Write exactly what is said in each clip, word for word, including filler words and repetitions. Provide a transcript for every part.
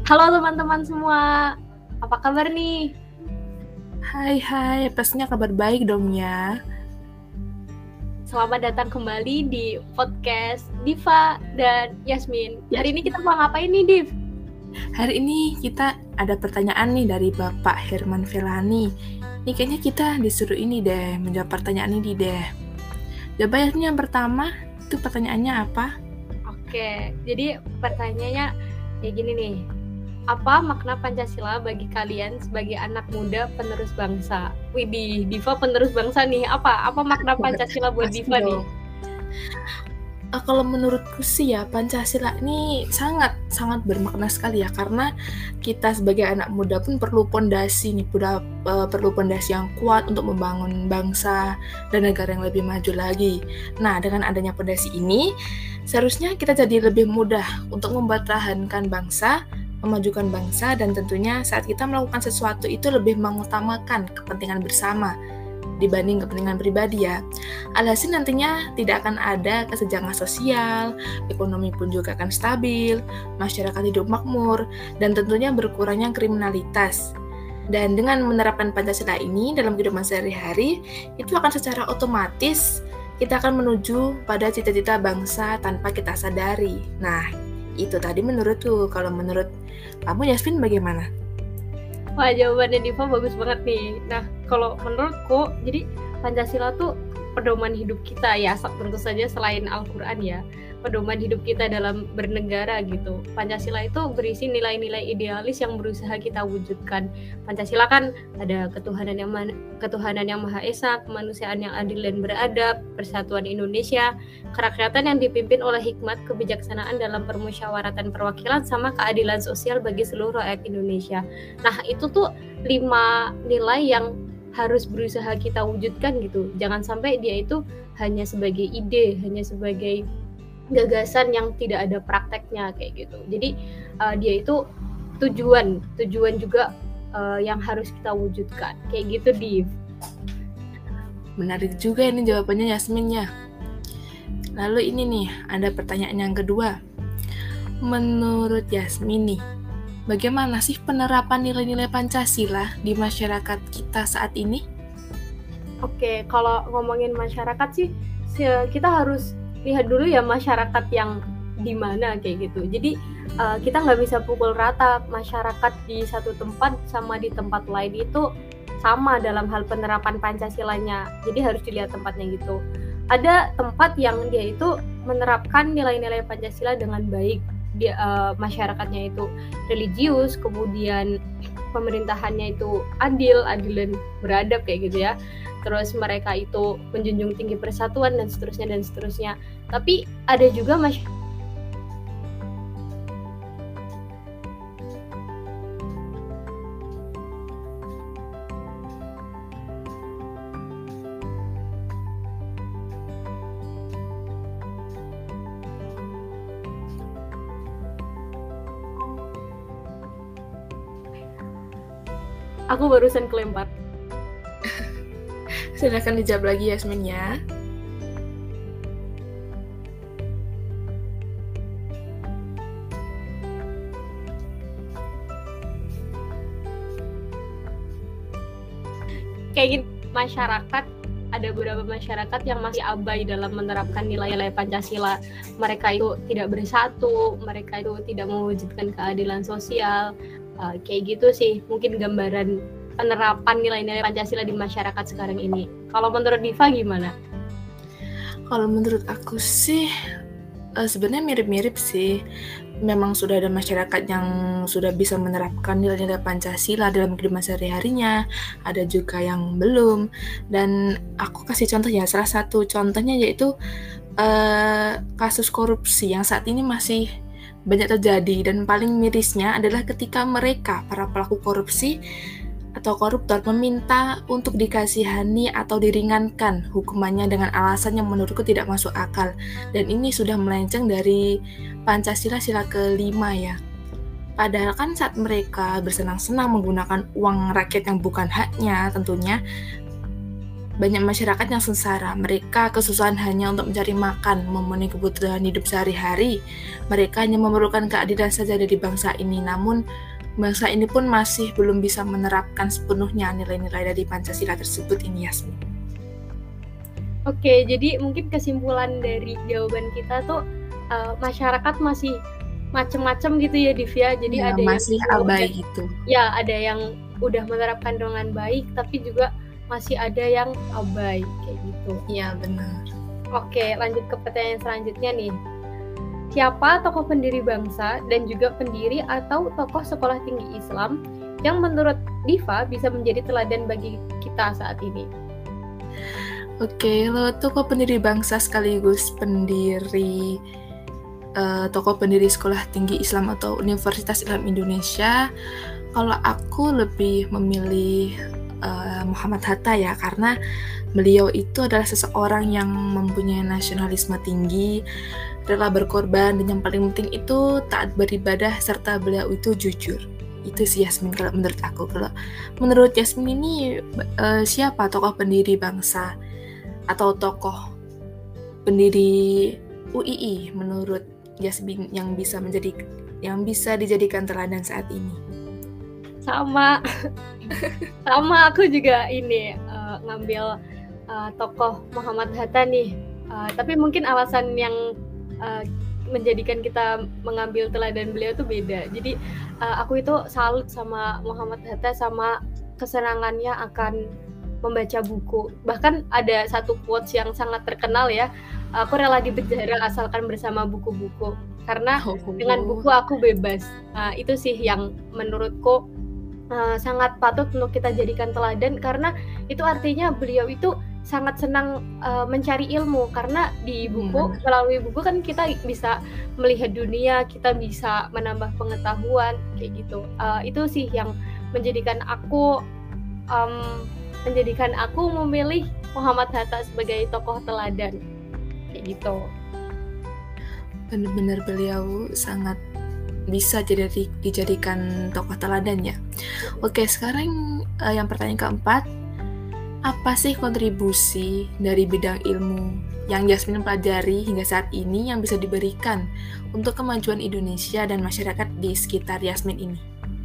Halo teman-teman semua, apa kabar nih? Hai hai, pastinya kabar baik dong ya. Selamat datang kembali di podcast Diva dan Yasmin. Hari ini kita mau ngapain nih, Div? Hari ini kita ada pertanyaan nih dari Bapak Herman Velani. Nih kayaknya kita disuruh ini deh, menjawab pertanyaan ini deh. Jawabannya yang pertama, itu pertanyaannya apa? Oke, jadi pertanyaannya kayak gini nih. Apa makna Pancasila bagi kalian sebagai anak muda penerus bangsa? Widih, Diva penerus bangsa nih. Apa apa makna Pancasila buat Diva nih? Uh, kalau menurutku sih ya, Pancasila ini sangat sangat bermakna sekali ya, karena kita sebagai anak muda pun perlu pondasi nih, udah uh, perlu pondasi yang kuat untuk membangun bangsa dan negara yang lebih maju lagi. Nah, dengan adanya pondasi ini, seharusnya kita jadi lebih mudah untuk mempertahankan bangsa, memajukan bangsa, dan tentunya saat kita melakukan sesuatu itu lebih mengutamakan kepentingan bersama dibanding kepentingan pribadi ya. Alhasil nantinya tidak akan ada kesenjangan sosial, ekonomi pun juga akan stabil, masyarakat hidup makmur, dan tentunya berkurangnya kriminalitas. Dan dengan menerapkan Pancasila ini dalam kehidupan sehari-hari, itu akan secara otomatis kita akan menuju pada cita-cita bangsa tanpa kita sadari. Nah, itu tadi menurutku. Kalau menurut kamu, Yasmin, bagaimana? Wah, jawabannya Diva bagus banget nih. Nah, kalau menurutku, jadi Pancasila tuh pedoman hidup kita ya, tentu saja selain Al-Quran ya, pedoman hidup kita dalam bernegara gitu. Pancasila itu berisi nilai-nilai idealis yang berusaha kita wujudkan. Pancasila kan ada ketuhanan yang man- ketuhanan yang Maha Esa, kemanusiaan yang adil dan beradab, persatuan Indonesia, kerakyatan yang dipimpin oleh hikmat, kebijaksanaan dalam permusyawaratan perwakilan, sama keadilan sosial bagi seluruh rakyat Indonesia. Nah, itu tuh lima nilai yang harus berusaha kita wujudkan gitu. Jangan sampai dia itu hanya sebagai ide, hanya sebagai gagasan yang tidak ada prakteknya kayak gitu. Jadi uh, dia itu tujuan, tujuan juga uh, yang harus kita wujudkan kayak gitu, Div. Menarik juga ini jawabannya, Yasmin ya. Lalu ini nih, ada pertanyaan yang kedua. Menurut Yasmin nih, bagaimana sih penerapan nilai-nilai Pancasila di masyarakat kita saat ini? Oke, kalau ngomongin masyarakat sih, kita harus lihat dulu ya masyarakat yang di mana kayak gitu. Jadi uh, kita nggak bisa pukul rata masyarakat di satu tempat sama di tempat lain itu sama dalam hal penerapan Pancasilanya. Jadi harus dilihat tempatnya gitu. Ada tempat yang dia itu menerapkan nilai-nilai Pancasila dengan baik. Dia, uh, masyarakatnya itu religius, kemudian pemerintahannya itu adil, adil dan beradab kayak gitu ya. Terus mereka itu menjunjung tinggi persatuan dan seterusnya dan seterusnya. Tapi ada juga masyarakat Aku barusan kelempar. Silakan dijawab lagi, Yasmin ya. Kayak gini, masyarakat, ada beberapa masyarakat yang masih abai dalam menerapkan nilai-nilai Pancasila. Mereka itu tidak bersatu, mereka itu tidak mewujudkan keadilan sosial. Uh, kayak gitu sih mungkin gambaran penerapan nilai-nilai Pancasila di masyarakat sekarang ini. Kalau menurut Diva gimana? Kalau menurut aku sih uh, sebenarnya mirip-mirip sih. Memang sudah ada masyarakat yang sudah bisa menerapkan nilai-nilai Pancasila dalam kehidupan sehari-harinya, ada juga yang belum. Dan aku kasih contoh ya, salah satu contohnya yaitu uh, kasus korupsi yang saat ini masih banyak terjadi, dan paling mirisnya adalah ketika mereka, para pelaku korupsi atau koruptor, meminta untuk dikasihani atau diringankan hukumannya dengan alasan yang menurutku tidak masuk akal. Dan ini sudah melenceng dari Pancasila sila kelima ya. Padahal kan saat mereka bersenang-senang menggunakan uang rakyat yang bukan haknya tentunya, banyak masyarakat yang sengsara. Mereka kesusahan hanya untuk mencari makan, memenuhi kebutuhan hidup sehari-hari. Mereka hanya memerlukan keadilan saja dari bangsa ini. Namun, bangsa ini pun masih belum bisa menerapkan sepenuhnya nilai-nilai dari Pancasila tersebut ini, Yasmin. Oke, jadi mungkin kesimpulan dari jawaban kita tuh uh, masyarakat masih macem-macem gitu ya, Divya. Jadi ya, ada masih yang abai udah, gitu. Ya, ada yang udah menerapkan dengan baik, tapi juga masih ada yang abai kayak gitu. Iya, benar. Oke, lanjut ke pertanyaan selanjutnya nih. Siapa tokoh pendiri bangsa dan juga pendiri atau tokoh sekolah tinggi Islam yang menurut Diva bisa menjadi teladan bagi kita saat ini? Oke, lo tokoh pendiri bangsa sekaligus pendiri uh, tokoh pendiri sekolah tinggi Islam atau Universitas Islam Indonesia. Kalau aku lebih memilih uh, Muhammad Hatta ya, karena beliau itu adalah seseorang yang mempunyai nasionalisme tinggi, rela berkorban, dan yang paling penting itu taat beribadah, serta beliau itu jujur. Itu sih Yasmin kalau menurut aku. Kalau menurut Yasmin ini uh, siapa tokoh pendiri bangsa atau tokoh pendiri U I I menurut Yasmin yang bisa menjadi yang bisa dijadikan teladan saat ini? Sama, sama aku juga ini uh, ngambil uh, tokoh Muhammad Hatta nih. Uh, tapi mungkin alasan yang uh, menjadikan kita mengambil teladan beliau tuh beda. Jadi uh, aku itu salut sama Muhammad Hatta, sama kesenangannya akan membaca buku. Bahkan ada satu quotes yang sangat terkenal ya, aku rela di penjara asalkan bersama buku-buku, karena oh, dengan buku aku bebas. Nah, itu sih yang menurutku uh, sangat patut untuk kita jadikan teladan, karena itu artinya beliau itu sangat senang uh, mencari ilmu, karena di buku, hmm. melalui buku kan kita bisa melihat dunia, kita bisa menambah pengetahuan kayak gitu. Uh, itu sih yang menjadikan aku um, menjadikan aku memilih Muhammad Hatta sebagai tokoh teladan kayak gitu. Benar-benar beliau sangat bisa jadi dijadikan tokoh teladan ya. Oke, sekarang uh, yang pertanyaan keempat, apa sih kontribusi dari bidang ilmu yang Yasmin pelajari hingga saat ini yang bisa diberikan untuk kemajuan Indonesia dan masyarakat di sekitar Yasmin ini?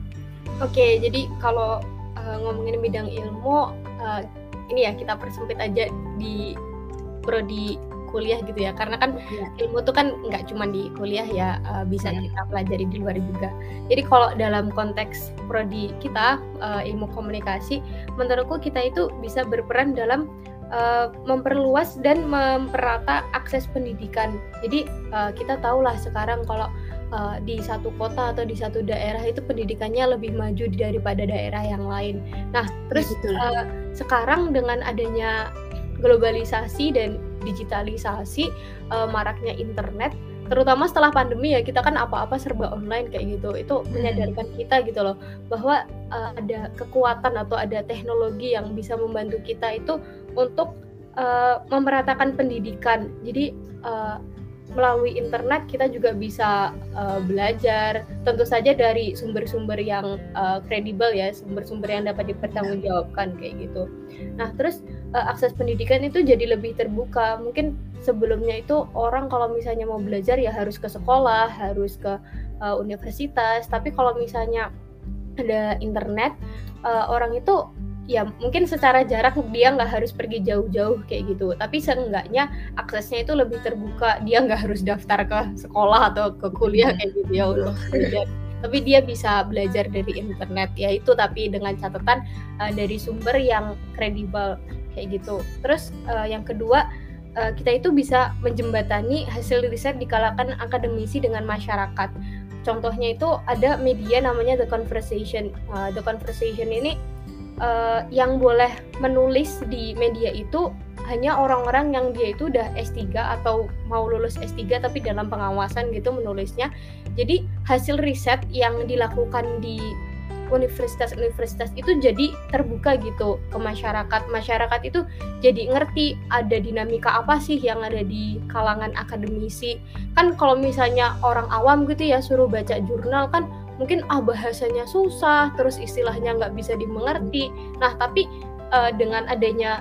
Oke, jadi kalau uh, ngomongin bidang ilmu, uh, ini ya kita persempit aja di prodi kuliah gitu ya, karena kan ya, ilmu tuh kan nggak cuma di kuliah ya, uh, bisa ya, kita pelajari di luar juga. Jadi kalau dalam konteks prodi kita, uh, ilmu komunikasi, menurutku kita itu bisa berperan dalam uh, memperluas dan memperrata akses pendidikan. Jadi uh, kita tahulah sekarang kalau uh, di satu kota atau di satu daerah itu pendidikannya lebih maju daripada daerah yang lain. Nah, terus uh, sekarang dengan adanya globalisasi dan digitalisasi, uh, maraknya internet, terutama setelah pandemi ya, kita kan apa-apa serba online kayak gitu. Itu menyadarkan kita gitu loh, bahwa uh, ada kekuatan atau ada teknologi yang bisa membantu kita itu untuk uh, memeratakan pendidikan. Jadi uh, melalui internet kita juga bisa uh, belajar, tentu saja dari sumber-sumber yang kredibel uh, ya, sumber-sumber yang dapat dipertanggungjawabkan kayak gitu. Nah, terus uh, akses pendidikan itu jadi lebih terbuka. Mungkin sebelumnya itu orang kalau misalnya mau belajar ya harus ke sekolah, harus ke uh, universitas. Tapi kalau misalnya ada internet, uh, orang itu ya mungkin secara jarak dia nggak harus pergi jauh-jauh kayak gitu, tapi seenggaknya aksesnya itu lebih terbuka, dia nggak harus daftar ke sekolah atau ke kuliah kayak gitu ya untuk belajar, tapi dia bisa belajar dari internet ya itu, tapi dengan catatan uh, dari sumber yang kredibel kayak gitu. Terus uh, yang kedua, uh, kita itu bisa menjembatani hasil riset di kalangan akademisi dengan masyarakat. Contohnya itu ada media namanya The Conversation. uh, The Conversation ini Uh, yang boleh menulis di media itu hanya orang-orang yang dia itu udah S tiga atau mau lulus S tiga tapi dalam pengawasan gitu menulisnya. Jadi hasil riset yang dilakukan di universitas-universitas itu jadi terbuka gitu ke masyarakat. Masyarakat itu jadi ngerti ada dinamika apa sih yang ada di kalangan akademisi. Kan kalau misalnya orang awam gitu ya suruh baca jurnal kan mungkin ah bahasanya susah, terus istilahnya nggak bisa dimengerti. Nah, tapi uh, dengan adanya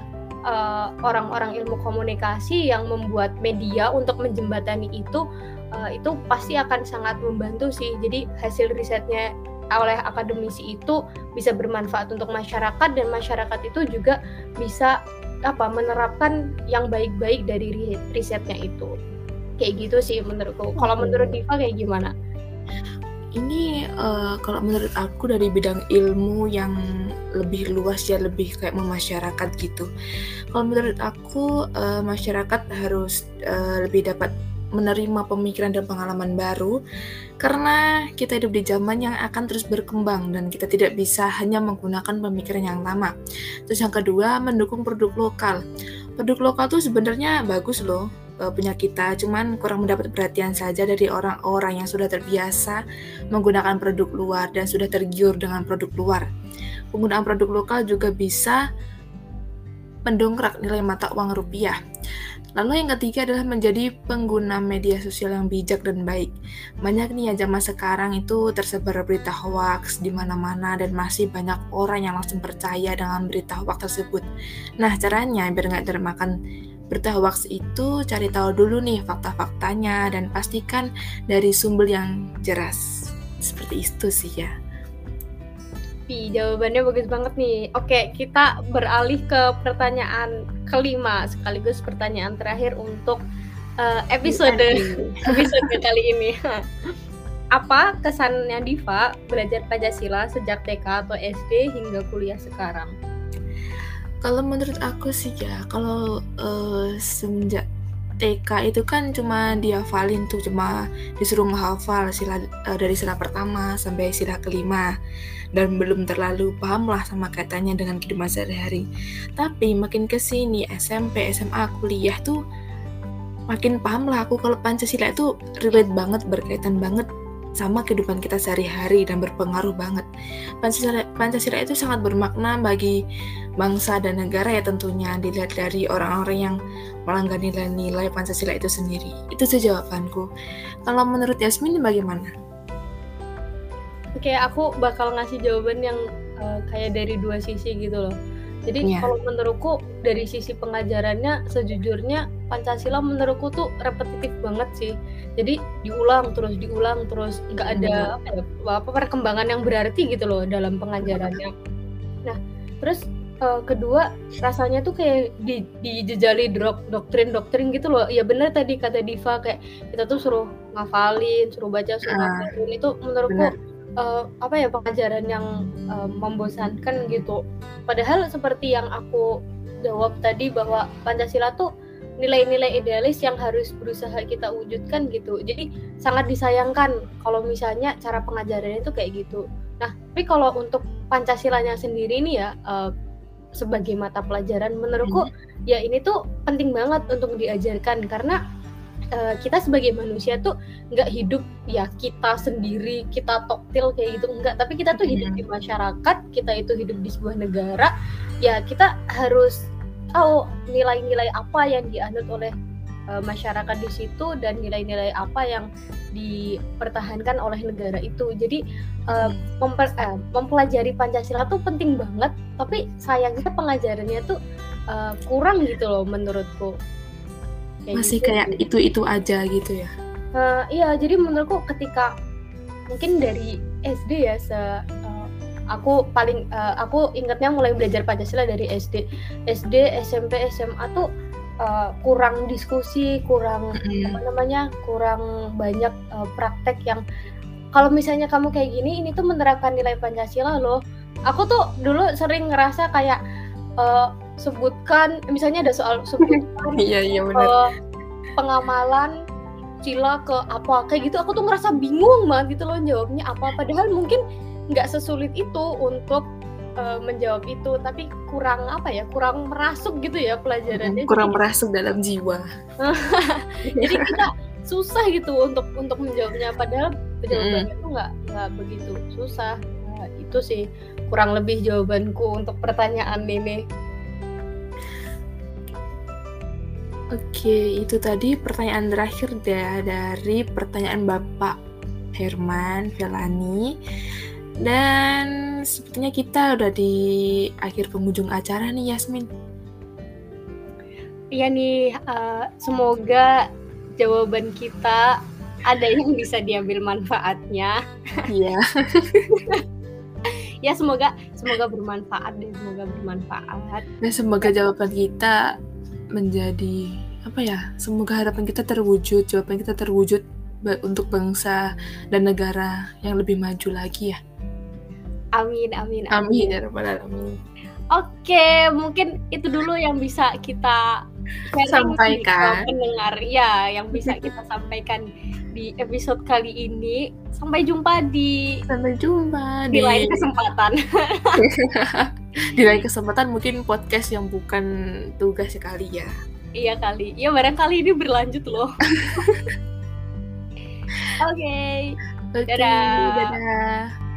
uh, orang-orang ilmu komunikasi yang membuat media untuk menjembatani itu, uh, itu pasti akan sangat membantu sih. Jadi hasil risetnya oleh akademisi itu bisa bermanfaat untuk masyarakat, dan masyarakat itu juga bisa apa menerapkan yang baik-baik dari risetnya itu. Kayak gitu sih menurutku. Kalau menurut Diva kayak gimana? Ini uh, kalau menurut aku dari bidang ilmu yang lebih luas ya, lebih kayak memasyarakat gitu. Kalau menurut aku uh, masyarakat harus uh, lebih dapat menerima pemikiran dan pengalaman baru, karena kita hidup di zaman yang akan terus berkembang dan kita tidak bisa hanya menggunakan pemikiran yang lama. Terus yang kedua, mendukung produk lokal. Produk lokal tuh sebenarnya bagus loh punya kita, cuman kurang mendapat perhatian saja dari orang-orang yang sudah terbiasa menggunakan produk luar dan sudah tergiur dengan produk luar. Penggunaan produk lokal juga bisa mendongkrak nilai mata uang rupiah. Lalu yang ketiga adalah menjadi pengguna media sosial yang bijak dan baik. Banyak nih ya zaman sekarang itu tersebar berita hoaks di mana-mana dan masih banyak orang yang langsung percaya dengan berita hoaks tersebut. Nah, caranya biar nggak termakan berita hoaks itu, cari tahu dulu nih fakta-faktanya dan pastikan dari sumber yang jelas. Seperti itu sih ya. Pi, jawabannya bagus banget nih. Oke, kita beralih ke pertanyaan kelima sekaligus pertanyaan terakhir untuk uh, episode episode kali ini. Apa kesannya Diva belajar Pancasila sejak T K atau S D hingga kuliah sekarang? Kalau menurut aku sih ya, kalau uh, semenjak T K itu kan cuma dihafalin tuh, cuma disuruh menghafal sila uh, dari sila pertama sampai sila kelima, dan belum terlalu paham lah sama kaitannya dengan kehidupan sehari-hari. Tapi makin kesini S M P, S M A, kuliah tuh makin paham lah aku kalau Pancasila itu relate banget, berkaitan banget sama kehidupan kita sehari-hari dan berpengaruh banget. Pancasila, Pancasila itu sangat bermakna bagi bangsa dan negara ya tentunya, dilihat dari orang-orang yang melanggar nilai-nilai Pancasila itu sendiri. Itu sih jawabanku. Kalau menurut Yasmin bagaimana? Oke, aku bakal ngasih jawaban yang uh, kayak dari dua sisi gitu loh. Jadi yeah. Kalau menurutku dari sisi pengajarannya, sejujurnya Pancasila menurutku tuh repetitif banget sih. Jadi diulang terus, diulang terus, nggak ada apa, ya, apa perkembangan yang berarti gitu loh dalam pengajarannya. Nah, terus uh, kedua rasanya tuh kayak di, dijejali dok, doktrin-doktrin gitu loh. Ya benar tadi kata Diva, kayak kita tuh suruh ngafalin, suruh baca, suruh uh, ngafalin. Itu menurutku Uh, apa ya pengajaran yang uh, membosankan gitu. Padahal seperti yang aku jawab tadi bahwa Pancasila tuh nilai-nilai idealis yang harus berusaha kita wujudkan gitu. Jadi sangat disayangkan kalau misalnya cara pengajarannya itu kayak gitu. Nah, tapi kalau untuk Pancasilanya sendiri nih ya uh, sebagai mata pelajaran menurutku hmm. ya ini tuh penting banget untuk diajarkan, karena Uh, kita sebagai manusia tuh nggak hidup ya kita sendiri, kita toktil kayak gitu, enggak, tapi kita tuh hidup di masyarakat, kita itu hidup di sebuah negara, ya kita harus tahu nilai-nilai apa yang dianut oleh uh, masyarakat di situ dan nilai-nilai apa yang dipertahankan oleh negara itu. Jadi uh, memper, eh, mempelajari Pancasila tuh penting banget, tapi sayangnya pengajarannya tuh uh, kurang gitu loh menurutku. Kayak masih gitu. Kayak itu-itu aja gitu ya. Uh, iya, jadi menurutku ketika mungkin dari S D ya, se, uh, aku paling uh, aku ingatnya mulai belajar Pancasila dari S D, S D, S M P, S M A tuh uh, kurang diskusi, kurang mm-hmm. apa namanya, kurang banyak uh, praktek yang kalau misalnya kamu kayak gini, ini tuh menerapkan nilai Pancasila loh. Aku tuh dulu sering ngerasa kayak uh, sebutkan, misalnya ada soal sebutkan iya, iya, benar. Uh, pengamalan sila ke apa kayak gitu, aku tuh ngerasa bingung banget gitu loh jawabnya apa, padahal mungkin nggak sesulit itu untuk uh, menjawab itu, tapi kurang apa ya, kurang merasuk gitu ya pelajarannya, kurang jadi, merasuk dalam jiwa. Jadi kita susah gitu untuk untuk menjawabnya, padahal jawabannya tuh nggak nggak begitu susah. Nah, itu sih kurang lebih jawabanku untuk pertanyaan ini. Oke, itu tadi pertanyaan terakhir ya, dari pertanyaan Bapak Herman Velani. Dan sepertinya kita udah di akhir penghujung acara nih, Yasmin. ya nih, uh, semoga jawaban kita ada yang bisa diambil manfaatnya. Iya. Ya semoga semoga bermanfaat deh, semoga bermanfaat. Dan semoga jawaban kita menjadi apa ya? Semoga harapan kita terwujud, jawaban kita terwujud untuk bangsa dan negara yang lebih maju lagi ya. Amin, amin, amin. Amin ya rabbal alamin. Oke, mungkin itu dulu yang bisa kita sampaikan pendengar ya, yang bisa kita sampaikan di episode kali ini. Sampai jumpa di sampai jumpa di, di lain kesempatan. Di lain kesempatan mungkin podcast yang bukan tugas sekali ya. Iya kali. Ya barangkali ini berlanjut loh. Oke. Okay. Okay, dadah. Dadah.